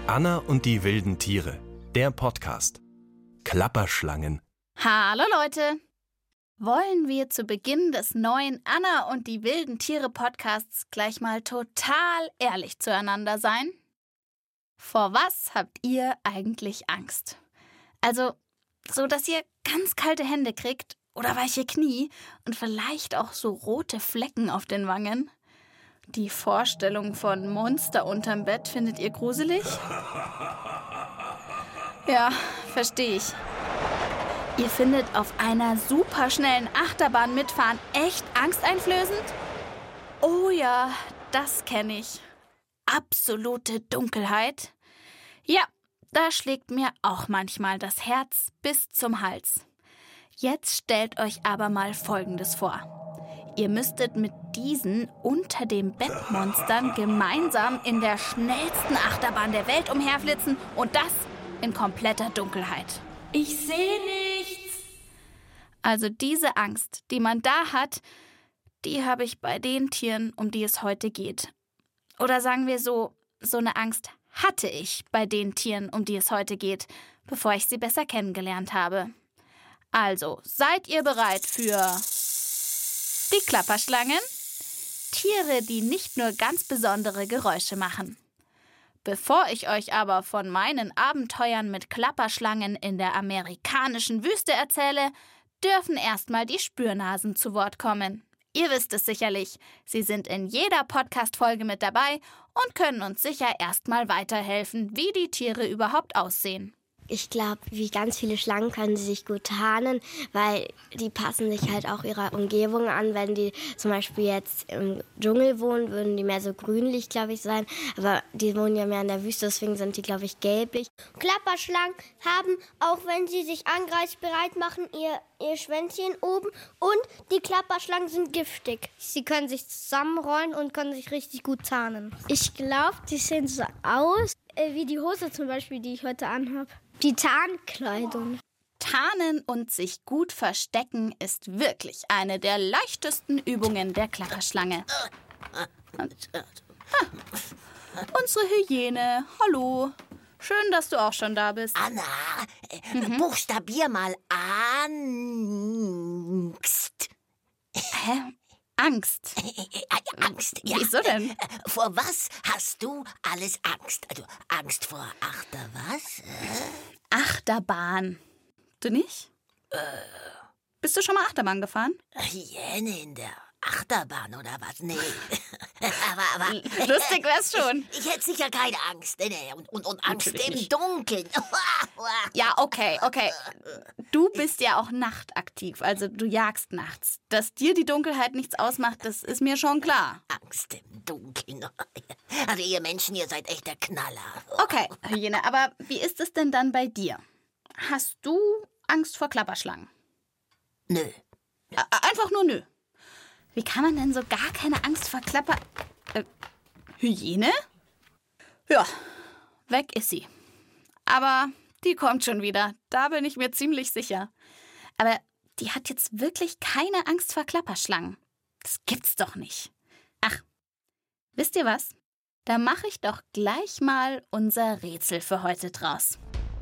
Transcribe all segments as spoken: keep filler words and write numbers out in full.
Anna und die wilden Tiere, der Podcast. Klapperschlangen. Hallo Leute! Wollen wir zu Beginn des neuen Anna und die wilden Tiere Podcasts gleich mal total ehrlich zueinander sein? Vor was habt ihr eigentlich Angst? Also, so dass ihr ganz kalte Hände kriegt oder weiche Knie und vielleicht auch so rote Flecken auf den Wangen? Die Vorstellung von Monster unterm Bett findet ihr gruselig? Ja, verstehe ich. Ihr findet auf einer superschnellen Achterbahn mitfahren echt angsteinflößend? Oh ja, das kenne ich. Absolute Dunkelheit. Ja, da schlägt mir auch manchmal das Herz bis zum Hals. Jetzt stellt euch aber mal Folgendes vor. Ihr müsstet mit diesen unter dem Bettmonstern gemeinsam in der schnellsten Achterbahn der Welt umherflitzen und das in kompletter Dunkelheit. Ich sehe nichts. Also diese Angst, die man da hat, die habe ich bei den Tieren, um die es heute geht. Oder sagen wir so, so eine Angst hatte ich bei den Tieren, um die es heute geht, bevor ich sie besser kennengelernt habe. Also, seid ihr bereit für die Klapperschlangen? Tiere, die nicht nur ganz besondere Geräusche machen. Bevor ich euch aber von meinen Abenteuern mit Klapperschlangen in der amerikanischen Wüste erzähle, dürfen erstmal die Spürnasen zu Wort kommen. Ihr wisst es sicherlich, sie sind in jeder Podcast-Folge mit dabei und können uns sicher erstmal weiterhelfen, wie die Tiere überhaupt aussehen. Ich glaube, wie ganz viele Schlangen können sie sich gut tarnen, weil die passen sich halt auch ihrer Umgebung an. Wenn die zum Beispiel jetzt im Dschungel wohnen, würden die mehr so grünlich, glaube ich, sein. Aber die wohnen ja mehr in der Wüste, deswegen sind die, glaube ich, gelblich. Klapperschlangen haben, auch wenn sie sich angreifsbereit machen, ihr, ihr Schwänzchen oben. Und die Klapperschlangen sind giftig. Sie können sich zusammenrollen und können sich richtig gut tarnen. Ich glaube, die sehen so aus, äh, wie die Hose zum Beispiel, die ich heute anhabe. Die Tarnkleidung. Tarnen und sich gut verstecken ist wirklich eine der leichtesten Übungen der Klapperschlange. Und, ah, unsere Hyäne, hallo. Schön, dass du auch schon da bist. Anna, äh, mhm. buchstabier mal Angst. Hä? Angst? Angst, ja. Wieso denn? Vor was hast du alles Angst? Also Angst vor Achter was? Achterbahn. Du nicht? Äh. Bist du schon mal Achterbahn gefahren? Hyäne in der Achterbahn oder was? Nee. aber, aber, lustig wär's schon. Ich hätte sicher keine Angst. Nee, nee. Und, und, und Angst im nicht. Dunkeln. Ja, okay, okay. Du bist ja auch nachtaktiv, also du jagst nachts. Dass dir die Dunkelheit nichts ausmacht, das ist mir schon klar. Angst im Dunkeln. Also ihr Menschen, ihr seid echt der Knaller. Okay, Hyäne, aber wie ist es denn dann bei dir? Hast du Angst vor Klapperschlangen? Nö. Einfach nur nö. Wie kann man denn so gar keine Angst vor Klapper... Äh, Hyäne? Ja, weg ist sie. Aber die kommt schon wieder, da bin ich mir ziemlich sicher. Aber die hat jetzt wirklich keine Angst vor Klapperschlangen. Das gibt's doch nicht. Ach, wisst ihr was? Da mache ich doch gleich mal unser Rätsel für heute draus.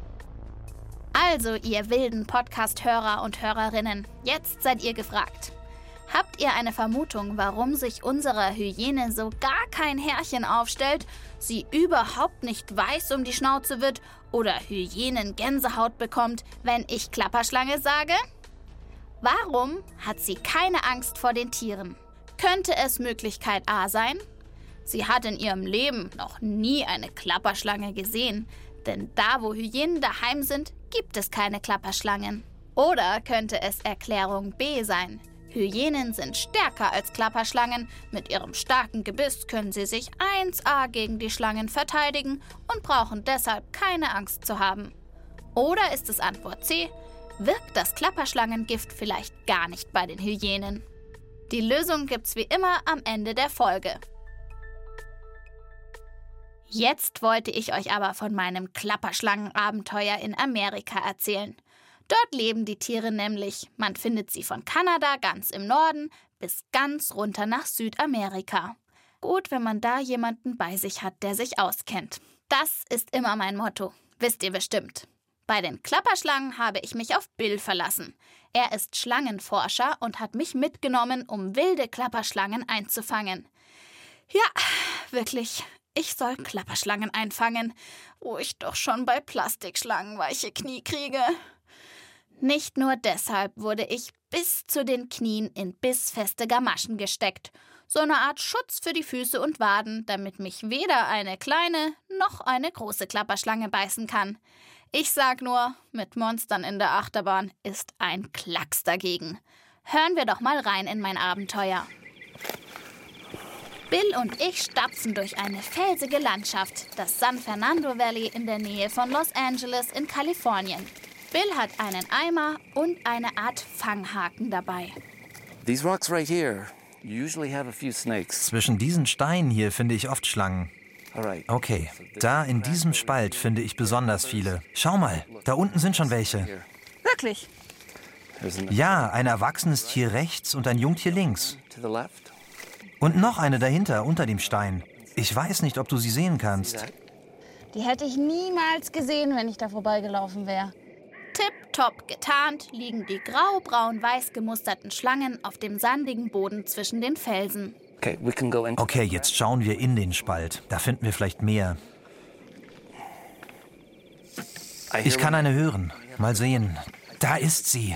Also, ihr wilden Podcast-Hörer und Hörerinnen, jetzt seid ihr gefragt. Habt ihr eine Vermutung, warum sich unsere Hyäne so gar kein Härchen aufstellt, sie überhaupt nicht weiß um die Schnauze wird oder Hyänen-Gänsehaut bekommt, wenn ich Klapperschlange sage? Warum hat sie keine Angst vor den Tieren? Könnte es Möglichkeit A sein? Sie hat in ihrem Leben noch nie eine Klapperschlange gesehen, denn da, wo Hyänen daheim sind, gibt es keine Klapperschlangen. Oder könnte es Erklärung B sein? Hyänen sind stärker als Klapperschlangen. Mit ihrem starken Gebiss können sie sich eins A gegen die Schlangen verteidigen und brauchen deshalb keine Angst zu haben. Oder ist es Antwort C? Wirkt das Klapperschlangengift vielleicht gar nicht bei den Hyänen? Die Lösung gibt's wie immer am Ende der Folge. Jetzt wollte ich euch aber von meinem Klapperschlangenabenteuer in Amerika erzählen. Dort leben die Tiere nämlich. Man findet sie von Kanada ganz im Norden bis ganz runter nach Südamerika. Gut, wenn man da jemanden bei sich hat, der sich auskennt. Das ist immer mein Motto, wisst ihr bestimmt. Bei den Klapperschlangen habe ich mich auf Bill verlassen. Er ist Schlangenforscher und hat mich mitgenommen, um wilde Klapperschlangen einzufangen. Ja, wirklich, ich soll Klapperschlangen einfangen, wo ich doch schon bei Plastikschlangen weiche Knie kriege. Nicht nur deshalb wurde ich bis zu den Knien in bissfeste Gamaschen gesteckt. So eine Art Schutz für die Füße und Waden, damit mich weder eine kleine noch eine große Klapperschlange beißen kann. Ich sag nur, mit Monstern in der Achterbahn ist ein Klacks dagegen. Hören wir doch mal rein in mein Abenteuer. Bill und ich stapfen durch eine felsige Landschaft, das San Fernando Valley in der Nähe von Los Angeles in Kalifornien. Bill hat einen Eimer und eine Art Fanghaken dabei. These rocks right here usually have a few snakes. Zwischen diesen Steinen hier finde ich oft Schlangen. Okay, da in diesem Spalt finde ich besonders viele. Schau mal, da unten sind schon welche. Wirklich? Ja, ein erwachsenes Tier rechts und ein Jungtier links. Und noch eine dahinter, unter dem Stein. Ich weiß nicht, ob du sie sehen kannst. Die hätte ich niemals gesehen, wenn ich da vorbeigelaufen wäre. Tipptopp getarnt liegen die grau-braun-weiß gemusterten Schlangen auf dem sandigen Boden zwischen den Felsen. Okay, jetzt schauen wir in den Spalt. Da finden wir vielleicht mehr. Ich kann eine hören. Mal sehen. Da ist sie.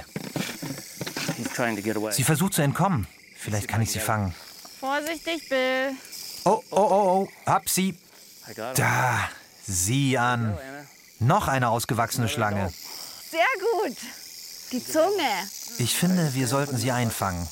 Sie versucht zu entkommen. Vielleicht kann ich sie fangen. Vorsichtig, Bill. Oh, oh, oh, oh. Hab sie. Da. Sieh an. Noch eine ausgewachsene Schlange. Sehr gut. Die Zunge. Ich finde, wir sollten sie einfangen.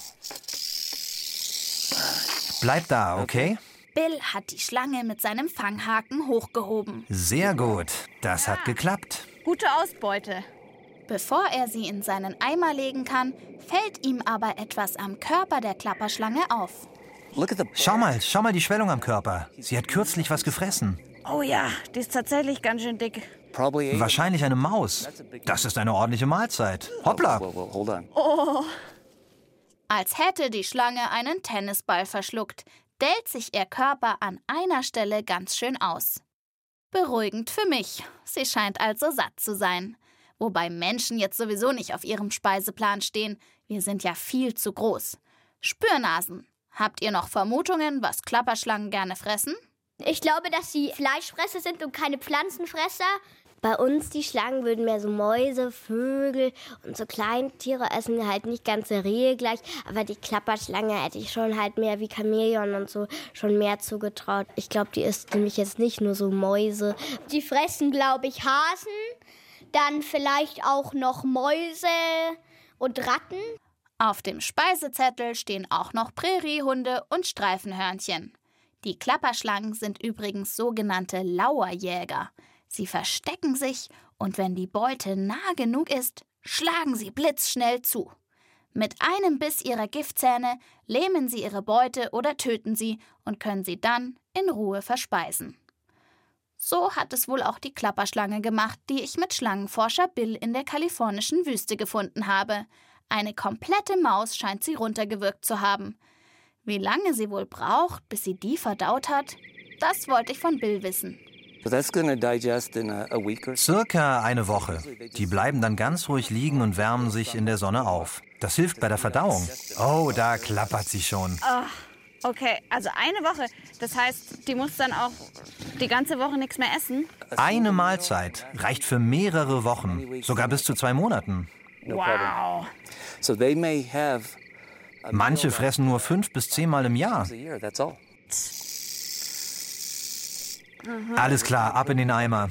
Bleib da, okay? Bill hat die Schlange mit seinem Fanghaken hochgehoben. Sehr gut. Das hat geklappt. Gute Ausbeute. Bevor er sie in seinen Eimer legen kann, fällt ihm aber etwas am Körper der Klapperschlange auf. Schau mal, schau mal die Schwellung am Körper. Sie hat kürzlich was gefressen. Oh ja, die ist tatsächlich ganz schön dick. Wahrscheinlich eine Maus. Das ist eine ordentliche Mahlzeit. Hoppla. Oh. Als hätte die Schlange einen Tennisball verschluckt, dellt sich ihr Körper an einer Stelle ganz schön aus. Beruhigend für mich. Sie scheint also satt zu sein. Wobei Menschen jetzt sowieso nicht auf ihrem Speiseplan stehen. Wir sind ja viel zu groß. Spürnasen. Habt ihr noch Vermutungen, was Klapperschlangen gerne fressen? Ich glaube, dass sie Fleischfresser sind und keine Pflanzenfresser. Bei uns, die Schlangen, würden mehr so Mäuse, Vögel und so Kleintiere essen, halt nicht ganze Rehe gleich. Aber die Klapperschlange hätte ich schon halt mehr wie Chamäleon und so schon mehr zugetraut. Ich glaube, die isst nämlich jetzt nicht nur so Mäuse. Die fressen, glaube ich, Hasen, dann vielleicht auch noch Mäuse und Ratten. Auf dem Speisezettel stehen auch noch Präriehunde und Streifenhörnchen. Die Klapperschlangen sind übrigens sogenannte Lauerjäger. Sie verstecken sich und wenn die Beute nah genug ist, schlagen sie blitzschnell zu. Mit einem Biss ihrer Giftzähne lähmen sie ihre Beute oder töten sie und können sie dann in Ruhe verspeisen. So hat es wohl auch die Klapperschlange gemacht, die ich mit Schlangenforscher Bill in der kalifornischen Wüste gefunden habe. Eine komplette Maus scheint sie runtergewürgt zu haben. Wie lange sie wohl braucht, bis sie die verdaut hat, das wollte ich von Bill wissen. Circa eine Woche. Die bleiben dann ganz ruhig liegen und wärmen sich in der Sonne auf. Das hilft bei der Verdauung. Oh, da klappert sie schon. Oh, okay, also eine Woche. Das heißt, die muss dann auch die ganze Woche nichts mehr essen? Eine Mahlzeit reicht für mehrere Wochen, sogar bis zu zwei Monaten. Wow. Manche fressen nur fünf bis zehnmal im Jahr. Alles klar, ab in den Eimer.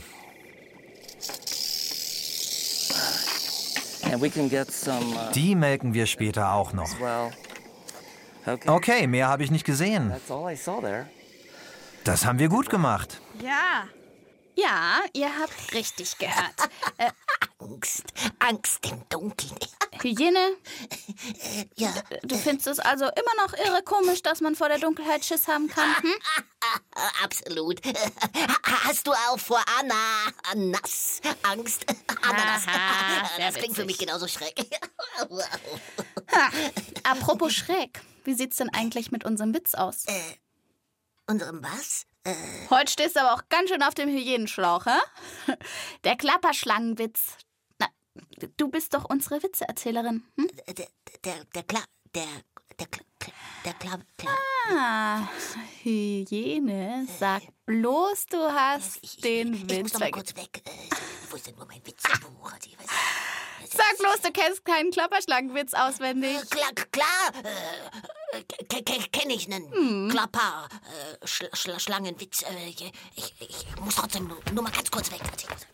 Die melken wir später auch noch. Okay, mehr habe ich nicht gesehen. Das haben wir gut gemacht. Ja. Ja, ihr habt richtig gehört. Äh, Angst, Angst im Dunkeln. Hyäne? Ja. Du findest es also immer noch irre komisch, dass man vor der Dunkelheit Schiss haben kann? Hm? Absolut. Hast du auch vor Ananas Angst? Ananas. Aha, das klingt für mich genauso schräg. Ha, apropos schräg, wie sieht's denn eigentlich mit unserem Witz aus? Äh, unserem was? Äh. Heute stehst du aber auch ganz schön auf dem Hyänenschlauch, hä? Der Klapperschlangenwitz. Na, du bist doch unsere Witzeerzählerin. Hm? Der, der, der, Kla, der, der, Kla, der Kla, Kla. Ah, Hyäne, sag bloß, du hast ich, ich, den ich, Witz. Ich muss noch mal kurz weg. Wo ist denn nur mein Witzebuch? Ich weiß nicht. Sag bloß, du kennst keinen Klapperschlangenwitz auswendig. Klar, klar. Äh, Kenne ich einen hm. Klapper, äh, Sch Sch Schlangenwitz. Äh, ich, ich, ich muss trotzdem nur, nur mal ganz kurz weg.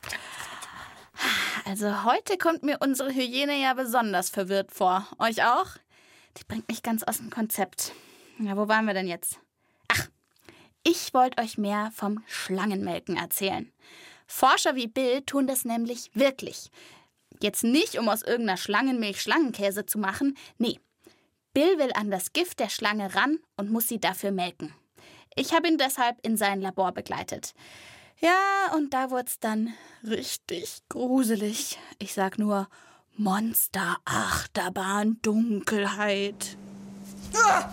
Also heute kommt mir unsere Hyäne ja besonders verwirrt vor. Euch auch? Die bringt mich ganz aus dem Konzept. Ja, wo waren wir denn jetzt? Ach, ich wollte euch mehr vom Schlangenmelken erzählen. Forscher wie Bill tun das nämlich wirklich. Jetzt nicht, um aus irgendeiner Schlangenmilch Schlangenkäse zu machen. Nee, Bill will an das Gift der Schlange ran und muss sie dafür melken. Ich habe ihn deshalb in sein Labor begleitet. Ja, und da wurde es dann richtig gruselig. Ich sag nur Monster, Achterbahn, Dunkelheit. Ah!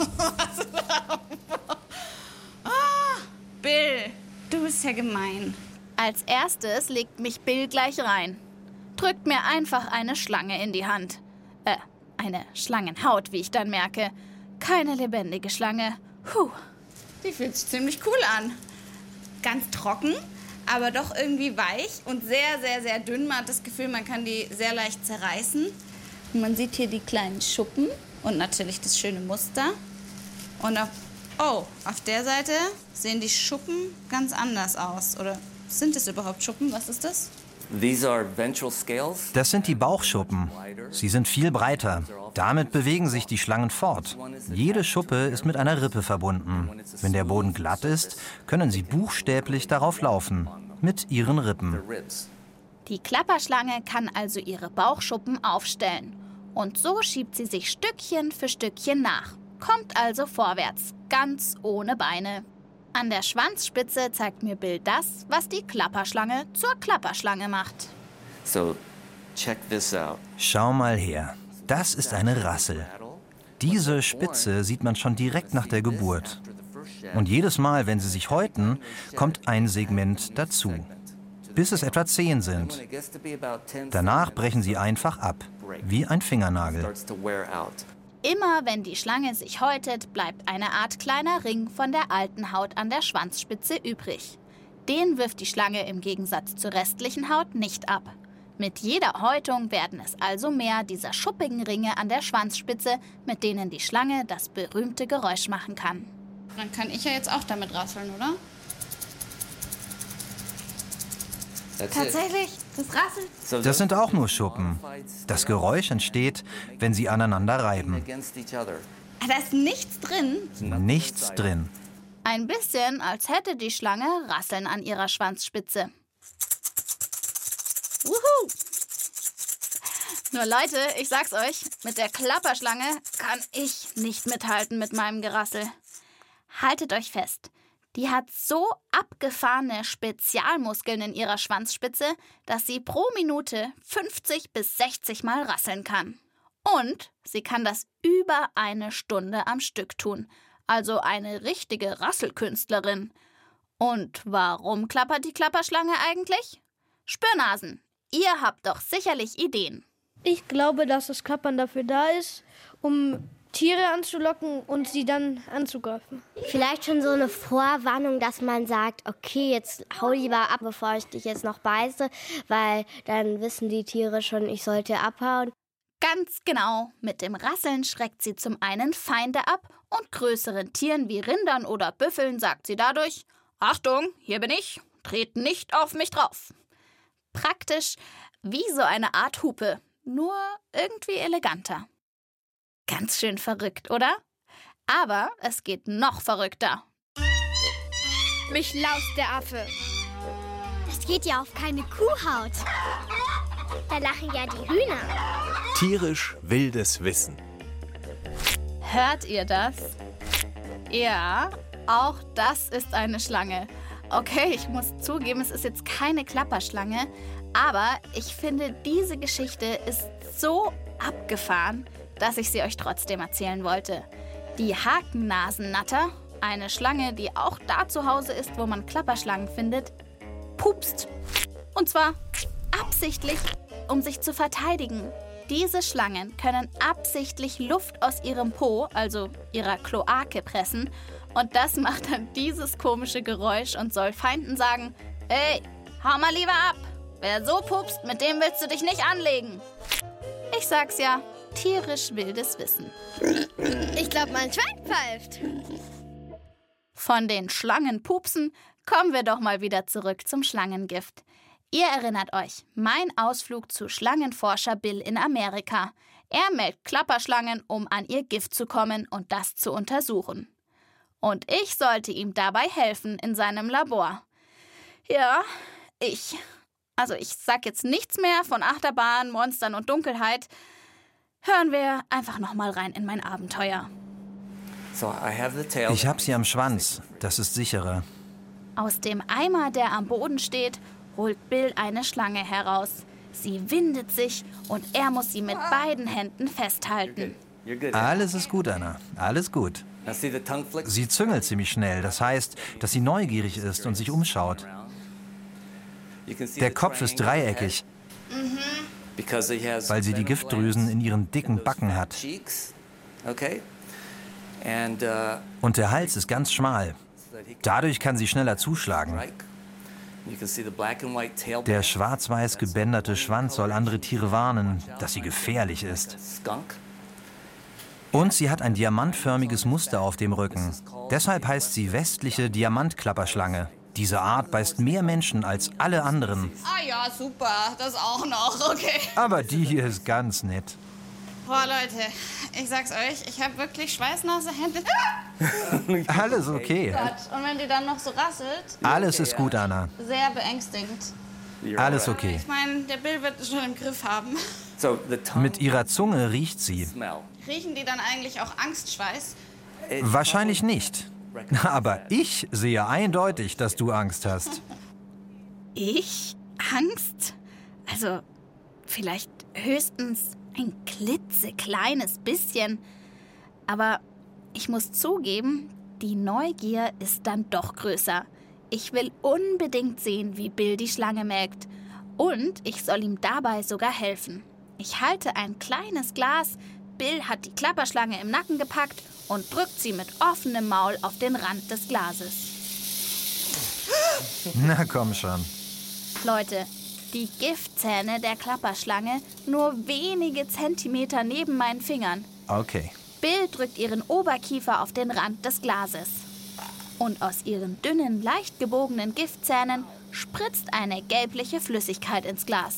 Ah, Bill, du bist ja gemein. Als erstes legt mich Bill gleich rein. Drückt mir einfach eine Schlange in die Hand. Äh, eine Schlangenhaut, wie ich dann merke. Keine lebendige Schlange. Puh, die fühlt sich ziemlich cool an. Ganz trocken, aber doch irgendwie weich und sehr, sehr, sehr dünn. Man hat das Gefühl, man kann die sehr leicht zerreißen. Und man sieht hier die kleinen Schuppen und natürlich das schöne Muster. Und auf, oh, auf der Seite sehen die Schuppen ganz anders aus. Oder sind es überhaupt Schuppen? Was ist das? Das sind die Bauchschuppen. Sie sind viel breiter. Damit bewegen sich die Schlangen fort. Jede Schuppe ist mit einer Rippe verbunden. Wenn der Boden glatt ist, können sie buchstäblich darauf laufen. Mit ihren Rippen. Die Klapperschlange kann also ihre Bauchschuppen aufstellen. Und so schiebt sie sich Stückchen für Stückchen nach. Kommt also vorwärts, ganz ohne Beine. An der Schwanzspitze zeigt mir Bill das, was die Klapperschlange zur Klapperschlange macht. So, check this out. Schau mal her. Das ist eine Rassel. Diese Spitze sieht man schon direkt nach der Geburt. Und jedes Mal, wenn sie sich häuten, kommt ein Segment dazu. Bis es etwa zehn sind. Danach brechen sie einfach ab, wie ein Fingernagel. Immer wenn die Schlange sich häutet, bleibt eine Art kleiner Ring von der alten Haut an der Schwanzspitze übrig. Den wirft die Schlange im Gegensatz zur restlichen Haut nicht ab. Mit jeder Häutung werden es also mehr dieser schuppigen Ringe an der Schwanzspitze, mit denen die Schlange das berühmte Geräusch machen kann. Dann kann ich ja jetzt auch damit rasseln, oder? Tatsächlich? Das rasselt? Das sind auch nur Schuppen. Das Geräusch entsteht, wenn sie aneinander reiben. Da ist nichts drin? Nichts drin. Ein bisschen, als hätte die Schlange Rasseln an ihrer Schwanzspitze. Wuhu! Nur Leute, ich sag's euch, mit der Klapperschlange kann ich nicht mithalten mit meinem Gerassel. Haltet euch fest. Die hat so abgefahrene Spezialmuskeln in ihrer Schwanzspitze, dass sie pro Minute fünfzig bis sechzig Mal rasseln kann. Und sie kann das über eine Stunde am Stück tun. Also eine richtige Rasselkünstlerin. Und warum klappert die Klapperschlange eigentlich? Spürnasen, ihr habt doch sicherlich Ideen. Ich glaube, dass das Klappern dafür da ist, um Tiere anzulocken und sie dann anzugreifen. Vielleicht schon so eine Vorwarnung, dass man sagt, okay, jetzt hau lieber ab, bevor ich dich jetzt noch beiße, weil dann wissen die Tiere schon, ich sollte abhauen. Ganz genau. Mit dem Rasseln schreckt sie zum einen Feinde ab und größeren Tieren wie Rindern oder Büffeln sagt sie dadurch, Achtung, hier bin ich, tret nicht auf mich drauf. Praktisch wie so eine Art Hupe, nur irgendwie eleganter. Ganz schön verrückt, oder? Aber es geht noch verrückter. Mich laust der Affe. Das geht ja auf keine Kuhhaut. Da lachen ja die Hühner. Tierisch wildes Wissen. Hört ihr das? Ja, auch das ist eine Schlange. Okay, ich muss zugeben, es ist jetzt keine Klapperschlange, aber ich finde, diese Geschichte ist so abgefahren, dass ich sie euch trotzdem erzählen wollte. Die Hakennasennatter, eine Schlange, die auch da zu Hause ist, wo man Klapperschlangen findet, pupst. Und zwar absichtlich, um sich zu verteidigen. Diese Schlangen können absichtlich Luft aus ihrem Po, also ihrer Kloake, pressen. Und das macht dann dieses komische Geräusch und soll Feinden sagen, ey, hau mal lieber ab. Wer so pupst, mit dem willst du dich nicht anlegen. Ich sag's ja, tierisch wildes Wissen. Ich glaube, mein Schwein pfeift. Von den Schlangenpupsen kommen wir doch mal wieder zurück zum Schlangengift. Ihr erinnert euch, mein Ausflug zu Schlangenforscher Bill in Amerika. Er melkt Klapperschlangen, um an ihr Gift zu kommen und das zu untersuchen. Und ich sollte ihm dabei helfen in seinem Labor. Ja, ich. Also ich sag jetzt nichts mehr von Achterbahn, Monstern und Dunkelheit. Hören wir einfach noch mal rein in mein Abenteuer. Ich hab sie am Schwanz. Das ist sicherer. Aus dem Eimer, der am Boden steht, holt Bill eine Schlange heraus. Sie windet sich und er muss sie mit beiden Händen festhalten. Alles ist gut, Anna. Alles gut. Sie züngelt ziemlich schnell. Das heißt, dass sie neugierig ist und sich umschaut. Der Kopf ist dreieckig, weil sie die Giftdrüsen in ihren dicken Backen hat. Und der Hals ist ganz schmal. Dadurch kann sie schneller zuschlagen. Der schwarz-weiß gebänderte Schwanz soll andere Tiere warnen, dass sie gefährlich ist. Und sie hat ein diamantförmiges Muster auf dem Rücken. Deshalb heißt sie westliche Diamantklapperschlange. Diese Art beißt mehr Menschen als alle anderen. Ah ja, super, das auch noch, okay. Aber die hier ist ganz nett. Boah, Leute, ich sag's euch, ich habe wirklich schweißnasse Hände. Alles okay. Gott, und wenn die dann noch so rasselt? Alles ist gut, Anna. Sehr beängstigend. Alles okay. Ich meine, der Bill wird es schon im Griff haben. Mit ihrer Zunge riecht sie. Riechen die dann eigentlich auch Angstschweiß? Wahrscheinlich nicht. Aber ich sehe eindeutig, dass du Angst hast. Ich? Angst? Also, vielleicht höchstens ein klitzekleines bisschen. Aber ich muss zugeben, die Neugier ist dann doch größer. Ich will unbedingt sehen, wie Bill die Schlange melkt. Und ich soll ihm dabei sogar helfen. Ich halte ein kleines Glas. Bill hat die Klapperschlange im Nacken gepackt und drückt sie mit offenem Maul auf den Rand des Glases. Na komm schon. Leute, die Giftzähne der Klapperschlange nur wenige Zentimeter neben meinen Fingern. Okay. Bill drückt ihren Oberkiefer auf den Rand des Glases. Und aus ihren dünnen, leicht gebogenen Giftzähnen spritzt eine gelbliche Flüssigkeit ins Glas.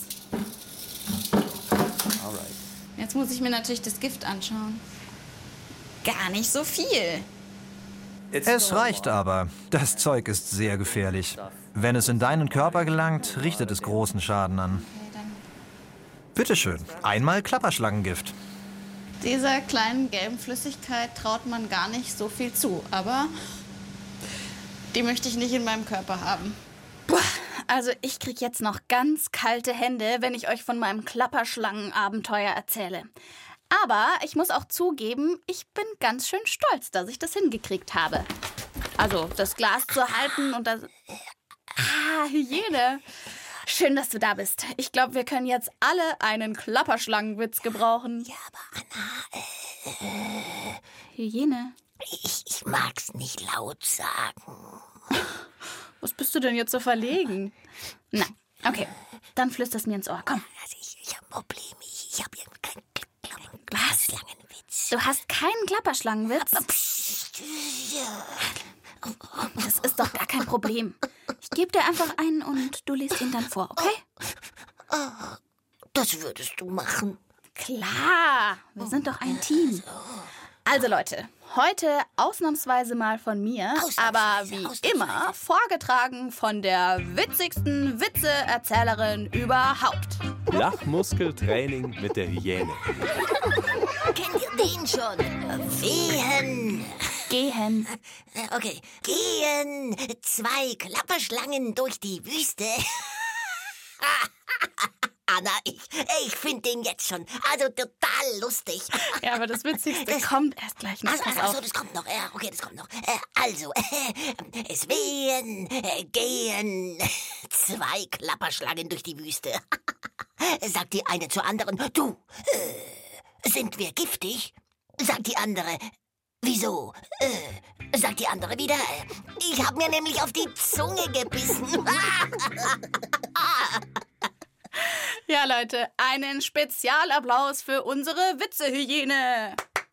Jetzt muss ich mir natürlich das Gift anschauen. Gar nicht so viel. Es reicht aber. Das Zeug ist sehr gefährlich. Wenn es in deinen Körper gelangt, richtet es großen Schaden an. Bitteschön, einmal Klapperschlangengift. Dieser kleinen gelben Flüssigkeit traut man gar nicht so viel zu, aber die möchte ich nicht in meinem Körper haben. Boah, also ich krieg jetzt noch ganz kalte Hände, wenn ich euch von meinem Klapperschlangenabenteuer erzähle. Aber ich muss auch zugeben, ich bin ganz schön stolz, dass ich das hingekriegt habe. Also das Glas zu halten und das... Ah, Hyäne. Schön, dass du da bist. Ich glaube, wir können jetzt alle einen Klapperschlangenwitz gebrauchen. Ja, aber Anna, äh, Hyäne. Ich, ich mag's nicht laut sagen. Was bist du denn jetzt so verlegen? Na, okay. Dann flüster's mir ins Ohr. Komm. Also ich, ich habe Probleme. Ich, ich habe hier keinen Klapperschlangenwitz. Du hast keinen Klapperschlangenwitz? Psst, ja. Das ist doch gar kein Problem. Ich gebe dir einfach einen und du liest ihn dann vor, okay? Das würdest du machen. Klar, wir sind doch ein Team. Also Leute, heute ausnahmsweise mal von mir, aber wie immer vorgetragen von der witzigsten Witzeerzählerin überhaupt. Lachmuskeltraining mit der Hyäne. Kennt ihr den schon? Wehen. Gehen. Okay. Gehen zwei Klapperschlangen durch die Wüste. Anna. Ich, ich finde den jetzt schon. Also total lustig. Ja, aber das Witzigste das kommt erst gleich noch. Ach, ach so, das kommt noch. Ja, okay, das kommt noch. Äh, also, äh, es wehen, äh, gehen zwei Klapperschlangen durch die Wüste. Sagt die eine zur anderen, du, äh, sind wir giftig? Sagt die andere, wieso? Äh, sagt die andere wieder, ich habe mir nämlich auf die Zunge gebissen. Ja, Leute, einen Spezialapplaus für unsere Witzehyäne.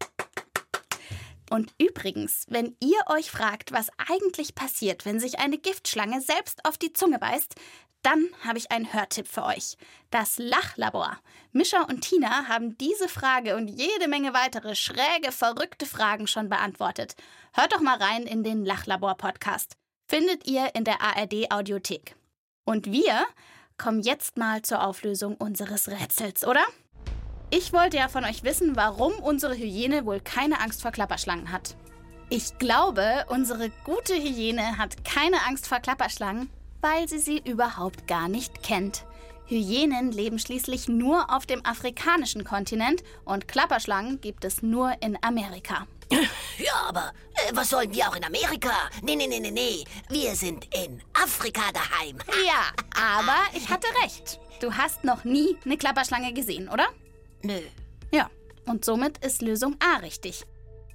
Und übrigens, wenn ihr euch fragt, was eigentlich passiert, wenn sich eine Giftschlange selbst auf die Zunge beißt, dann habe ich einen Hörtipp für euch. Das Lachlabor. Mischa und Tina haben diese Frage und jede Menge weitere schräge, verrückte Fragen schon beantwortet. Hört doch mal rein in den Lachlabor-Podcast. Findet ihr in der A R D-Audiothek. Und wir kommen jetzt mal zur Auflösung unseres Rätsels, oder? Ich wollte ja von euch wissen, warum unsere Hyäne wohl keine Angst vor Klapperschlangen hat. Ich glaube, unsere gute Hyäne hat keine Angst vor Klapperschlangen, weil sie sie überhaupt gar nicht kennt. Hyänen leben schließlich nur auf dem afrikanischen Kontinent und Klapperschlangen gibt es nur in Amerika. Ja, aber äh, was sollen wir auch in Amerika? Nee, nee, nee, nee, nee. Wir sind in Afrika daheim. Ja, aber ich hatte recht. Du hast noch nie eine Klapperschlange gesehen, oder? Nö. Ja, und somit ist Lösung A richtig.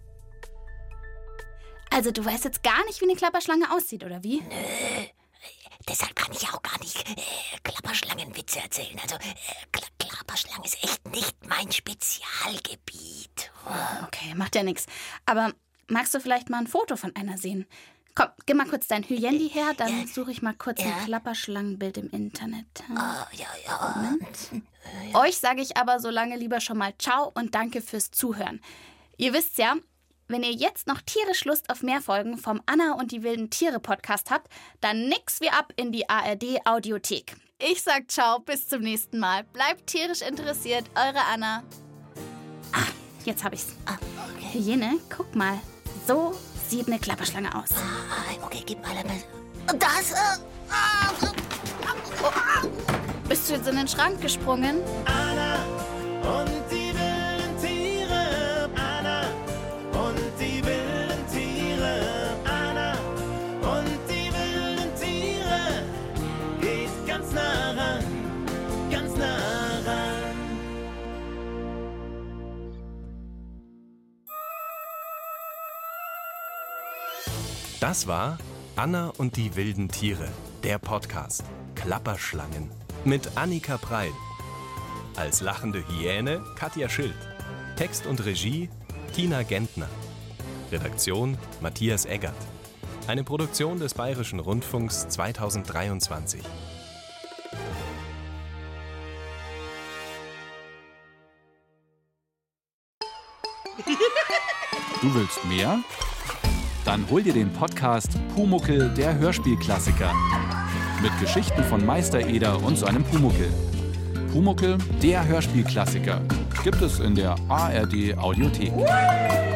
Also du weißt jetzt gar nicht, wie eine Klapperschlange aussieht, oder wie? Nö. Deshalb kann ich auch gar nicht äh, Klapperschlangenwitze erzählen. Also, äh, Kla Klapperschlange ist echt nicht mein Spezialgebiet. Oh. Okay, macht ja nichts. Aber magst du vielleicht mal ein Foto von einer sehen? Komm, gib mal kurz dein Handy her, dann ja. suche ich mal kurz ja. ein Klapperschlangenbild im Internet. Oh, ja, ja. Moment. Ja. Euch sage ich aber so lange lieber schon mal Ciao und danke fürs Zuhören. Ihr wisst ja, wenn ihr jetzt noch tierisch Lust auf mehr Folgen vom Anna und die wilden Tiere Podcast habt, dann nix wie ab in die A R D-Audiothek. Ich sag Ciao, bis zum nächsten Mal. Bleibt tierisch interessiert, eure Anna. Ah, jetzt hab ich's. Ah, okay. Hyäne, guck mal. So sieht eine Klapperschlange aus. Ah, okay, gib mal ein... Das... Äh, ah, oh, bist du jetzt in den Schrank gesprungen? Anna und die wilden Tiere. Anna und die wilden Tiere. Anna und die wilden Tiere. Geht ganz nah ran, ganz nah ran. Das war Anna und die wilden Tiere, der Podcast Klapperschlangen mit Annika Preil. Als lachende Hyäne Katja Schild. Text und Regie Tina Gentner. Redaktion Matthias Eggert. Eine Produktion des Bayerischen Rundfunks zweitausenddreiundzwanzig. Du willst mehr? Dann hol dir den Podcast Pumuckl, der Hörspielklassiker. Mit Geschichten von Meister Eder und seinem Pumuckl. Pumuckl, der Hörspielklassiker. Gibt es in der A R D Audiothek.